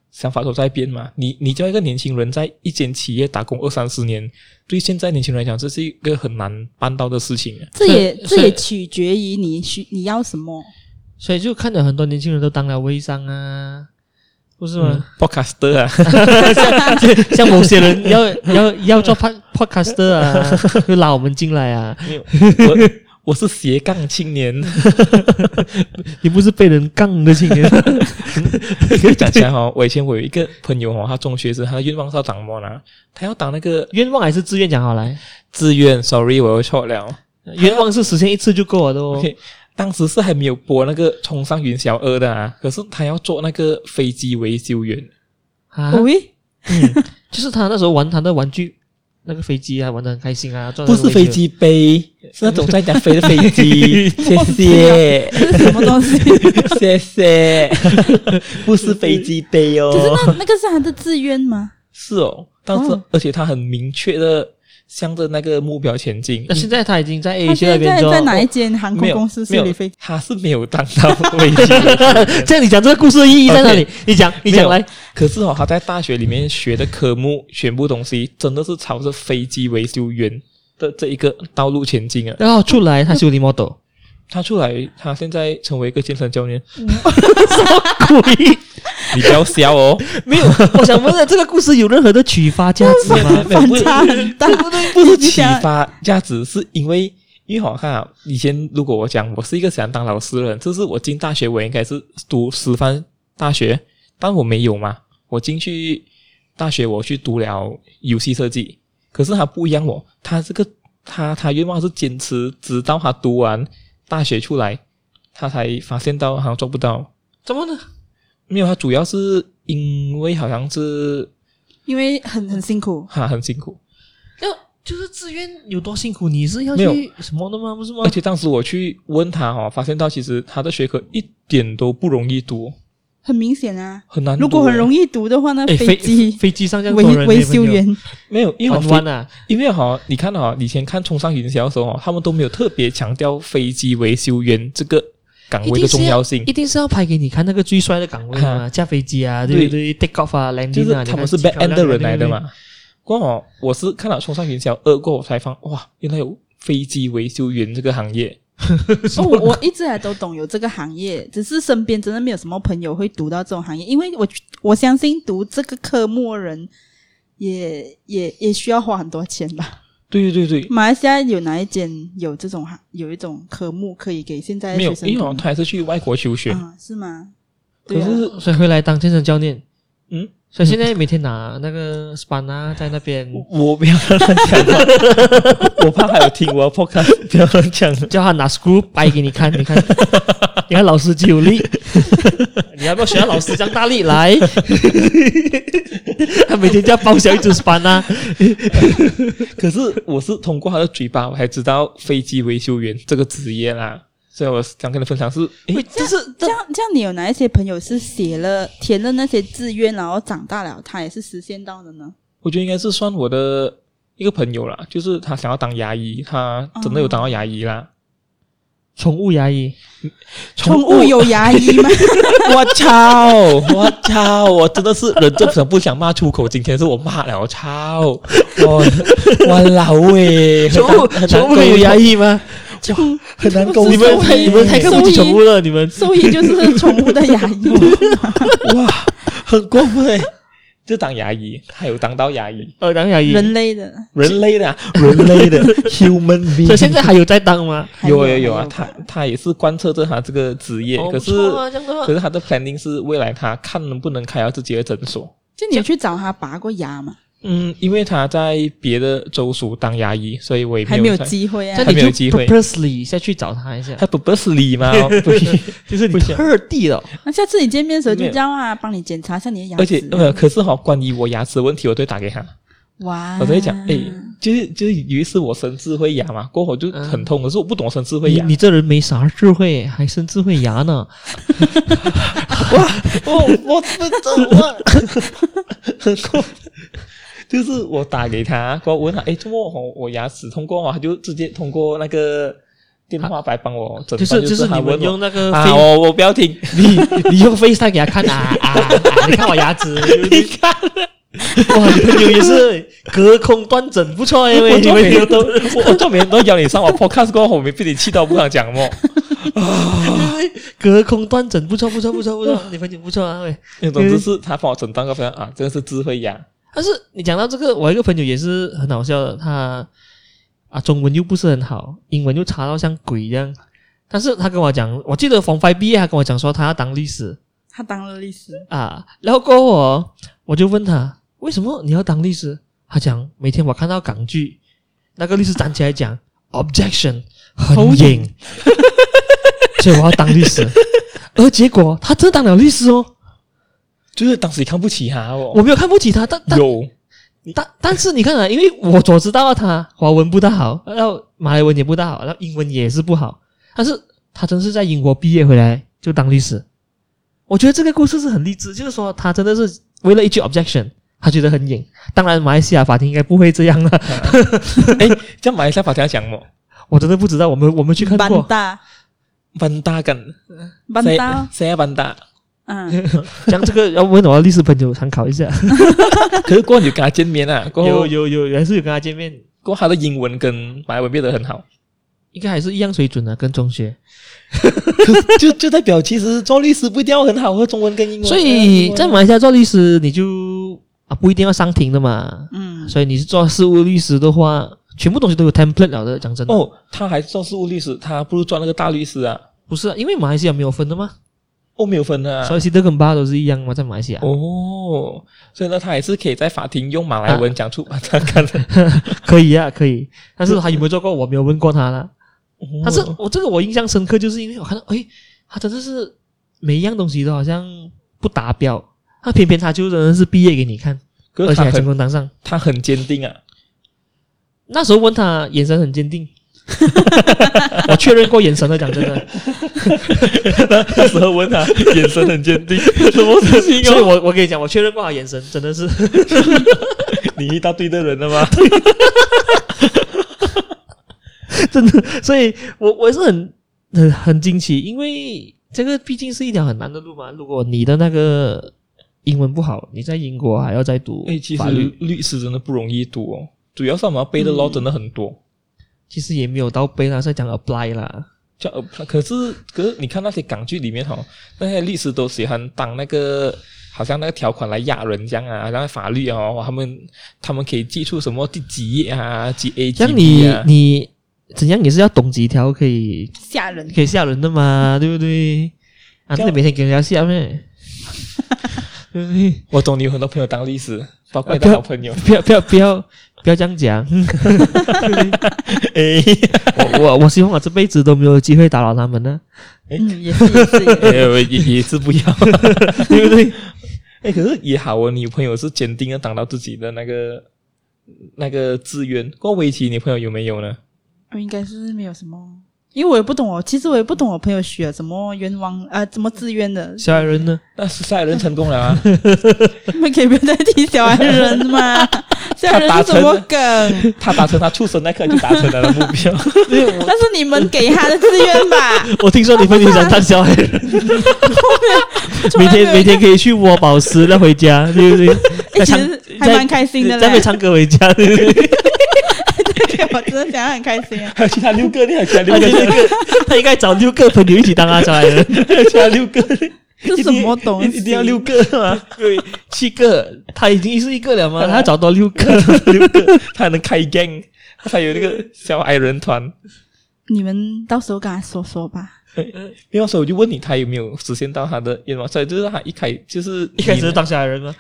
想法都在变嘛。你你叫一个年轻人在一间企业打工二三十年，对现在年轻人来讲，这是一个很难办到的事情啊。 这也所以这也取决于你需你要什么。 所以就看着很多年轻人都当了微商啊，不是吗？ 嗯、podcaster 啊， 像像某些人要要要做 pod podcaster 啊，就拉我们进来啊。 没有我我是斜杠青年， 你不是被人杠的青年。 讲起来哈，我以前我有一个朋友哈，他中学时他的愿望是要当什么呢？他要当那个愿望还是自愿讲好来？ 志愿 ，sorry 我又错了。 愿望是实现一次就够了的哦。 Okay, 当时是还没有播那个冲上云霄二的啊，可是他要做那个飞机维修员啊， 喂， 嗯，就是他那时候玩他的玩具那个飞机啊，玩得很开心啊。 不是飞机杯，是那种在家飞的飞机。谢谢， 这是什么东西？ 谢谢，不是飞机杯哦。 可是那那个是他的志愿吗？ 是哦，但是、 哦、 而且他很明确的向着那个目标前进。 那现在他已经在 A 他 C 那现在边做， 在哪一间航空公司没有是飞？ 他是没有当到飞机。 这样你讲这个故事的意义在哪里？ Okay, 你讲，你讲来。 可是哦，他在大学里面学的科目，全部东西真的是朝着飞机维修员的这一个道路前进啊。 然后出来他修理 model， 他出来，他现在成为一个健身教练。 什么鬼？ 你不要笑哦。 没有，我想问的这个故事有任何的启发价值吗？ 没有反差很大， 不不是启发价值，是因为因为好看啊。以前如果我讲我是一个想当老师的人，就是我进大学我应该是读师范大学，但我没有嘛。我进去大学我去读了游戏设计，可是他不一样哦，他这个他他愿望是坚持直到他读完大学出来，他才发现到好像做不到。 怎么呢？ 没有，他主要是因为好像是因为很很辛苦， 哈很辛苦。 要就是自愿有多辛苦，你是要没有去什么的吗？不是吗？ 而且当时我去问他哦，发现到其实他的学科一点都不容易读， 很明显啊。 很难读。 如果很容易读的话，那诶飞机飞机上这样维多人维修员没有，因为玩玩啊， 因为哈，你看哈，以前看冲上云霄的时候哈，他们都没有特别强调飞机维修员这个岗位的重要性， 一定是要拍给你看那个最帅的岗位嘛，驾飞机啊，对不对 ？Take off 啊 ，landing 啊， 就是他们是 back end 的人来的嘛。过后我是看到冲上云霄二过后才发现，哇，原来有飞机维修员这个行业。 哦，我我一直来都懂有这个行业，只是身边真的没有什么朋友会读到这种行业，因为我我相信读这个科目的人也也也需要花很多钱吧。 对对对对， 马来西亚有哪一间有这种有一种科目可以给现在的没有， 学生读？ 因为他还是去外国求学， 啊，是吗？ 可对啊， 是所以回来当健身教练。 嗯， 所以现在每天拿那个 span 啊，在那边我不要乱讲话，我怕还有听我的 podcast，不要乱讲。 叫他拿 screw 掰给你看，你看，你看老师就有力，你要不要学老师这样大力来？他每天就要包小一只 span 啊。 可是我是通过他的嘴巴，我才知道飞机维修员这个职业啦。所以我想跟你分享是，诶， 就是这样这样，你有哪一些朋友是写了填了那些志愿，然后长大了他也是实现到的呢？ 我觉得应该是算我的一个朋友啦，就是他想要当牙医，他真的有当到牙医啦。 宠物牙医， 宠物有牙医吗？ 我操！我操！我真的是忍着不想不想骂出口，今天是我骂了，我操！我我老诶， 宠物宠物有牙医吗？ 很难沟通。 你们太你们太看不起宠物了，你们兽医就是宠物的牙医。 哇，很过分诶！就当牙医，他有当到牙医， 呃，当牙医， 人类的， 人类的、啊，人类的 human being。 所以现在还有在当吗？ 有有有啊，他他也是贯彻着他这个职业， 哦、 可是、 啊、 可是他的 planning 是未来他看能不能开到自己的诊所。 就你有去找他拔过牙吗？ 嗯，因为他在别的州属当牙医，所以我也没有还没有机会啊， 还没有机会 purposely 下去找他一下， 他 purposely 吗？不， 就是你特地的。 那下次你见面的时候就叫他帮你检查一下你的牙齿。 而且呃，可是哈、哦，关于我牙齿的问题，我都会打给他。 哇， 我都会讲，哎，就是就是有一次我生智慧牙嘛，过后就很痛，嗯、可是我不懂生智慧牙。 你, 你这人没啥智慧，还生智慧牙呢？ 哇，我我不懂啊，很痛。就是我打给他，过后问他，诶，怎么我我牙齿痛过，他就直接通过那个电话白帮我整就是就是你们用那个啊， face，、 我我不要听， 你你用 FaceTime 给他看啊啊啊！你看我牙齿， 你看， 哇，你朋友也是隔空断诊，不错哎， 我做每你朋友天都我我做每天都邀你上我 podcast 过后，我没被你气到不想讲么？ 隔空断诊，不错不错不错不错，你朋友不错啊喂。 总之是他帮我诊断个非常啊，这个是智慧牙。 但是你讲到这个，我有一个朋友也是很好笑的，他啊中文又不是很好，英文又差到像鬼一样。但是他跟我讲，我记得 Form five毕业，他跟我讲说他要当律师他当了律师啊。然后过后我我就问他为什么你要当律师？他讲每天我看到港剧，那个律师站起来讲 objection 很硬，所以我要当律师。而结果他真的当了律师哦。 就是当时看不起他哦， 我没有看不起他，但但有， 但但是你看啊，因为我所知道他华文不大好，然后马来文也不大好，然后英文也是不好，但是他真是在英国毕业回来就当律师。我觉得这个故事是很励志，就是说他真的是为了一句 objection， 他觉得很硬。当然，马来西亚法庭应该不会这样了。 哎，这样马来西亚法庭要讲么？ 我真的不知道，我们我们去看过。 班大班大跟班大， 谁要班大？ 嗯， 像这个要问我的律师朋友参考一下。 可是过后你就跟他见面啊，过后有有有，还是有跟他见面。 过后他的英文跟马来文变得很好， 应该还是一样水准的、啊，跟中学。 就就代表其实做律师不一定要很好，和中文跟英文。 所以在马来西亚做律师，你就啊不一定要上庭的嘛。 嗯， 所以你是做事务律师的话，全部东西都有 template 了的。讲真的， 哦，他还做事务律师，他不如做那个大律师啊。 不是、啊，因为马来西亚没有分的嘛， 哦，没有分啊。 所以西德跟巴都是一样嘛，在马来西亚。 哦，所以呢，他也是可以在法庭用马来文讲出他看的。 可以啊，可以。但是他有没有做过，我没有问过他啦。 哦但是我这个我印象深刻，就是因为我看到，诶，他真的是每一样东西都好像不达标，他偏偏他就真的是毕业给你看，而且还成可是他很功当上。 他很坚定啊。 那时候问他，眼神很坚定。我确认过眼神的，讲真的。 那时候问他，眼神很坚定，什么事情所以哦？ 我我跟你讲，我确认过他眼神，真的是。 你遇到对的人了吗？ 真的，所以我我也是很很很惊奇，因为这个毕竟是一条很难的路嘛。如果你的那个英文不好，你在英国还要再读哎，其实法律， 律师真的不容易读哦，主要是我们要背的 law 真的很多。 其实也没有到背啦，是讲 apply 啦。 叫呃，可是可是你看那些港剧里面哈、哦，那些律师都喜欢当那个好像那个条款来压人这样啊，然后法律哦，他们他们可以记出什么第几页啊，几 A 几 B 啊。 像你你怎样也是要懂几条可以吓人， 可以吓人的嘛，对不对？啊， 这样你每天给人家吓咩？对不对？ 我懂你有很多朋友当律师，包括你的好朋友。 不要不要不要不要这样讲。 哎我我我希望我这辈子都没有机会打扰他们呢， 嗯，也是也是也是， 哎，也也是不要， 对不对？ 哎，可是也好哦，你朋友是坚定的当到自己的那个那个志愿。过围棋，你朋友有没有呢？ 我应该是没有什么，因为我也不懂哦，其实我也不懂我朋友许了什么愿望呃，什么志愿的， 小矮人呢？ 那是赛人成功了啊！ 你们可以不要再提小矮人吗？小矮人是什么梗？ 他达成他出生那刻就达成他的目标。 那是你们给他的志愿吧？ 我听说你朋友想当小矮人，每天每天可以去挖宝石再回家，对不对？ 欸、其实还蛮开心的嘞， 在那边唱歌回家，对不对？ 对，我真的想要很开心啊！ 还有其他六个，你还有其他六而且个， 那个他应该找六个朋友一起当他小矮人， 还有其他六个， 是什么东西？ 一定要六个吗？ 对，七个，他已经是一个了嘛，他要找到六个， 六个，他还能开 gang， 他才有那个小矮人团。 你们到时候跟他说说吧。 因为所以我就问你，他有没有实现到他的愿望？所以就是他一开就是一开始是当小矮人吗？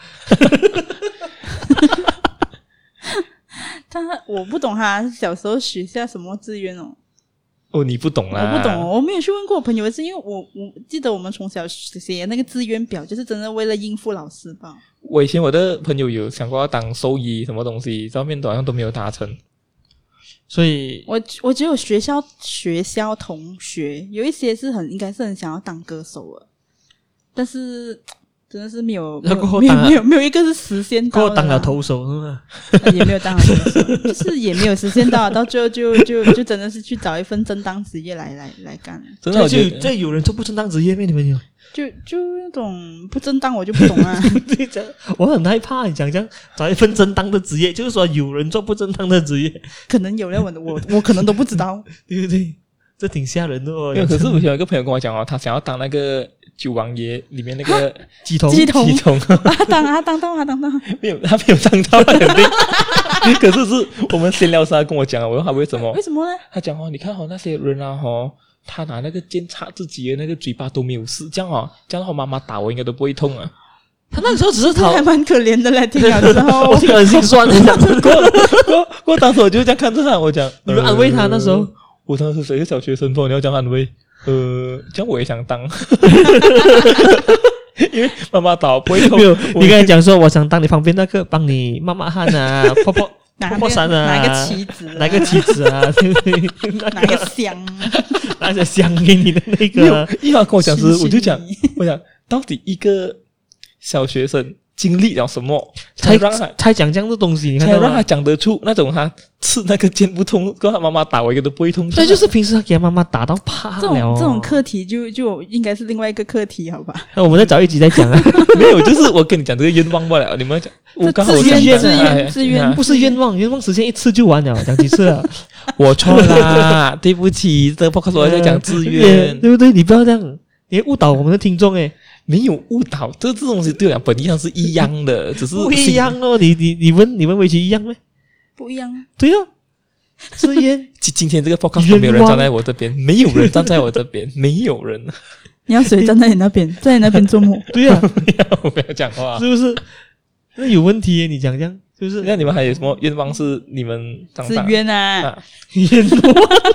他我不懂他小时候许下什么志愿哦。 哦，你不懂啦， 我不懂哦，我没有去问过我朋友，是因为我我记得我们从小写那个志愿表，就是真的为了应付老师吧。 我以前我的朋友有想过要当兽医什么东西，上面好像都没有达成。 所以我我只有学校学校同学有一些是很应该是很想要当歌手的，但是真的是没有然后过后没有当了没有没有一个是实现给我到的啦， 当了投手是吗？ 也没有当了投手，就是也没有实现到，到最后就就就真的是去找一份正当职业来来来干， 真的我觉这得这有人做不正当职业吗？你们有？ 就就那种不正当我就不懂啊。 对这样我很害怕你讲这样找一份正当的职业，就是说有人做不正当的职业， 可能有了我我我可能都不知道。 对不对？这挺吓人的哦。 没有，可是我有一个朋友跟我讲哦，他想要当那个九王爷里面那个鸡头鸡头鸡头， 啊，当啊当到啊当到， 没有，他没有当到，肯定。可是是我们闲聊时他跟我讲，我问他为什么为，什么呢？ 他讲哦，你看哦那些人啊哦，他拿那个剑插自己的那个嘴巴都没有事，这样哦，这样的话妈妈打我应该都不会痛啊。 他那个时候只是逃还，蛮可怜的嘞，听了之后我，听了很心酸的。讲真的过过过，当时我就这样看着他，我讲， 你们安慰他那时候呃我当时是一个小学生，不，你要讲安慰，呃，这样我也想当，因为妈妈打我不会痛没有， 我你刚才讲说我想当你旁边那个帮你骂骂汗啊，泼泼拿泼泼伞啊， 拿一个旗子啊， 拿个旗子啊，对不对？ 拿一个香， 拿着香给你的那没有个啊，， 一他跟我讲时， 心我就讲心， 我讲到底一个小学生经历了什么， 才才让他才讲这样的东西，你看到吗才让他？讲得出那种他刺那个剑不痛，跟他妈妈打我一个都不会痛。 所以就是平时他给他妈妈打到怕这了哦。 种这种课题就就应该是另外一个课题，好吧？ 那我们再找一集再讲啊， 没有，就是我跟你讲这个愿望不了，你们讲我刚好自愿讲自愿哎自愿哎不是愿望，愿望实现一次就完了，讲几次啊？ 我错啦，对不起，这个 podcast 我在讲自愿， 对不对？你不要这样，你误导我们的听众诶， 没有误导，这这东西对我讲本意上是一样的，只是不一样哦。你你你问你问围棋一样吗？ 不一样啊。 对哦，自愿今今天这个 podcast 都没有人站在我这边，没有人站在我这边，没有人， 你要谁站在你那边，在你那边做梦？ 对呀， 不要不要讲话。 是不是？那有问题耶，你讲这样是不是？ 那你们还有什么愿望是你们长自大？ 愿啊！ 啊愿望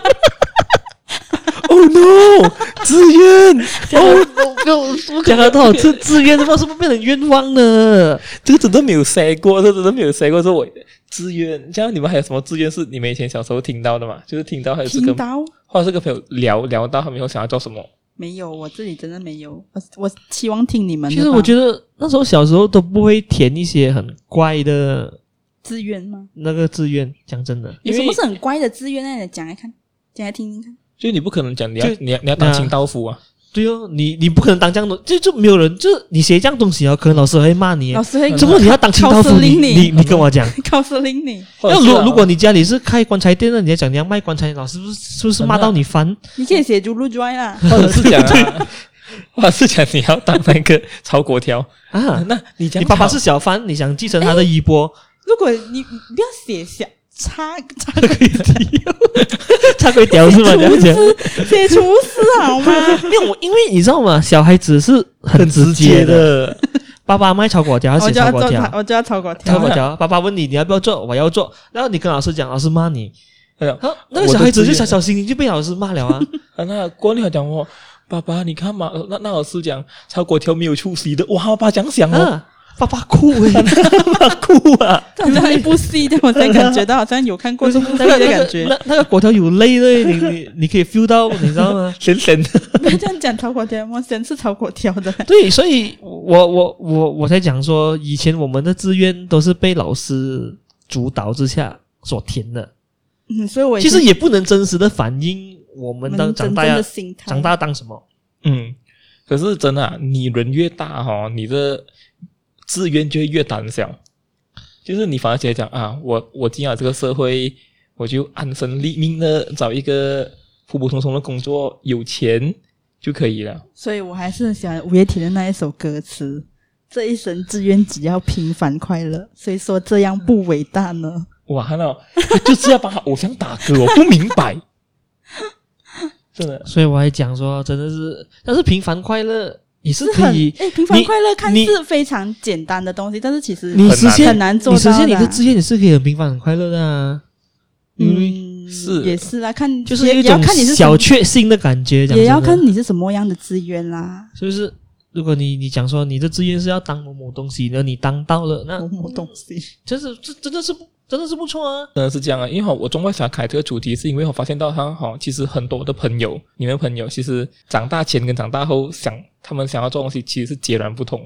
？Oh no！自愿哦，不要讲了多少次自愿，怎么是不是变成愿望呢？ 这个真的没有塞过，这真的没有塞过。说我自愿，这样你们还有什么自愿是你们以前小时候听到的吗？就是听到还是跟听到或者是跟朋友聊聊到他们以后想要做什么？ 没有？我自己真的没有。我我期望听你们的吧。 其实我觉得那时候小时候都不会填一些很怪的自愿吗？ 那个志愿，讲真的， 有因为什么是很乖的自愿？那你讲来看，讲来听听看。 就你不可能讲你要就你要你要当清道夫啊！ 对哦，你你不可能当这样的，就就没有人，就是你写这样东西啊，可能老师会骂你老。师会怎么你要当清道夫？你考试令你你跟我讲， 考试令你， 要或者是啊如如果你家里是开棺材店的，你要讲你要卖棺材，老师是不是是不是骂到你烦？ 你可以写猪肉 dry 啦。 或者是讲啊，或者是讲你要当那个炒粿条啊啊？那你讲你爸爸是小贩，你想继承他的衣钵， 如果你你不要写小插插可以他可以屌是吗？这样讲。 写厨师好吗？ 没有，因为你知道吗？小孩子是很很直直接接的。 的， 爸爸卖炒粿条，他我写炒粿条就要做它，，我就要炒粿条。 炒粿条。爸爸问你你要不要做，我要做，然后你跟老师讲，老师骂你， 哎呀， 好，那个小孩子就小小心灵就被老师骂了啊。 啊，那过年还讲哦，爸爸你看嘛，那那老师讲炒粿条没有出息的，哇，爸爸讲想哦， 啊，爸爸哭诶， 爸爸哭啊， 好像一部戏，但我才感觉到好像有看过这部戏那个那个的感觉。 那那个粿条有泪的，你你你可以 feel 到，你知道吗？ 咸咸的， 不要这样讲炒粿条，我先吃炒粿条的。 对，所以我我我我才讲说，以前我们的志愿都是被老师主导之下所填的， 嗯，所以我其实也不能真实的反映我们们当长大要真正的心态。 长大当什么。 嗯，可是真的、啊，你人越大哈、哦，你的志愿就会越胆小，就是你反而觉得讲啊，我我进了这个社会，我就安身立命的找一个普普通通的工作，有钱就可以了。 所以我还是很喜欢五月天的那一首歌词：“这一生志愿只要平凡快乐。”谁说这样不伟大呢？ 哇，看到他就是要帮他偶像打歌，我不明白，真的。 所以我还讲说，真的是，但是平凡快乐也是是很可以， 诶，平凡快乐看你似非常简单的东西，但是其实你实现很难做到的啊。 你实现你的志愿也是可以很平凡很快乐的啊。嗯， 嗯， 是也是啦，看就是也一种也要看你是什小么确幸的感觉，讲也要真的看你是什么样的志愿啦。 是不是？如果你你讲说你的志愿是要当某某东西，然后你当到了，那某某东西， 真是这真的是不真的是不错啊。 真的是这样啊，因为哈我中外想开这个主题，是因为我发现到他哈，其实很多的朋友，你们朋友其实长大前跟长大后想他们想要做东西，其实是截然不同的。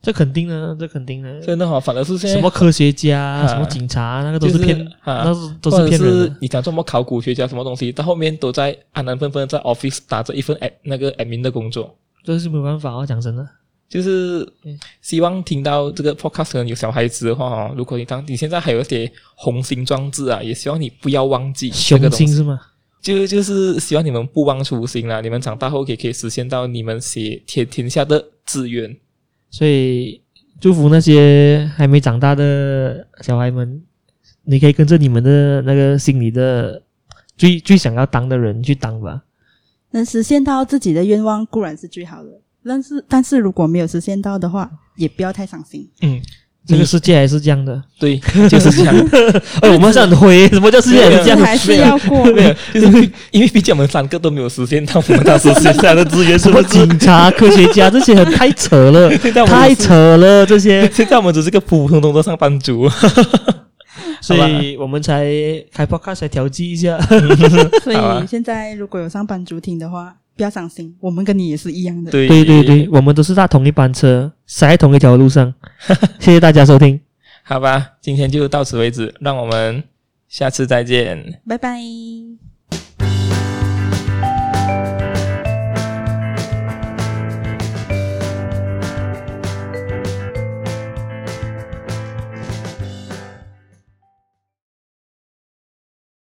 这肯定的，这肯定的。 真的哈，反而是现在什么科学家、啊、什么警察，那个都是骗， 就是啊、 那是都是骗人的。 或者是你讲什么考古学家什么东西，到后面都在安安分分在 office 打着一份 ad, 那个 admin 的工作。 这是没有办法哦，讲真的。 就是希望听到这个 podcast 可能有小孩子的话哦，如果你当你现在还有一些红心壮志啊，也希望你不要忘记这个东西。 雄心是吗？ 就就是希望你们不忘初心啦，你们长大后也可以实现到你们写天天下的志愿。 所以祝福那些还没长大的小孩们，你可以跟着你们的那个心里的最最想要当的人去当吧。 能实现到自己的愿望固然是最好的，但是但是如果没有实现到的话，也不要太伤心。 嗯， 这个世界还是这样的。 对，就是这样。 哎，我们是很灰，什么叫世界还是这样？ 还是要过。 没有，就是因为毕竟我们三个都没有实现到我们当时写下的志愿， 什么警察、科学家这些很太扯了，太扯了这些。 现在我们只是个普普通通的上班族。 所以我们才开 podcast 才调剂一下。 所以现在如果有上班族听的话，不要伤心，我们跟你也是一样的。 对对对对，我们都是搭同一班车，塞在同一条路上。谢谢大家收听。 好吧，今天就到此为止，让我们下次再见， 拜拜。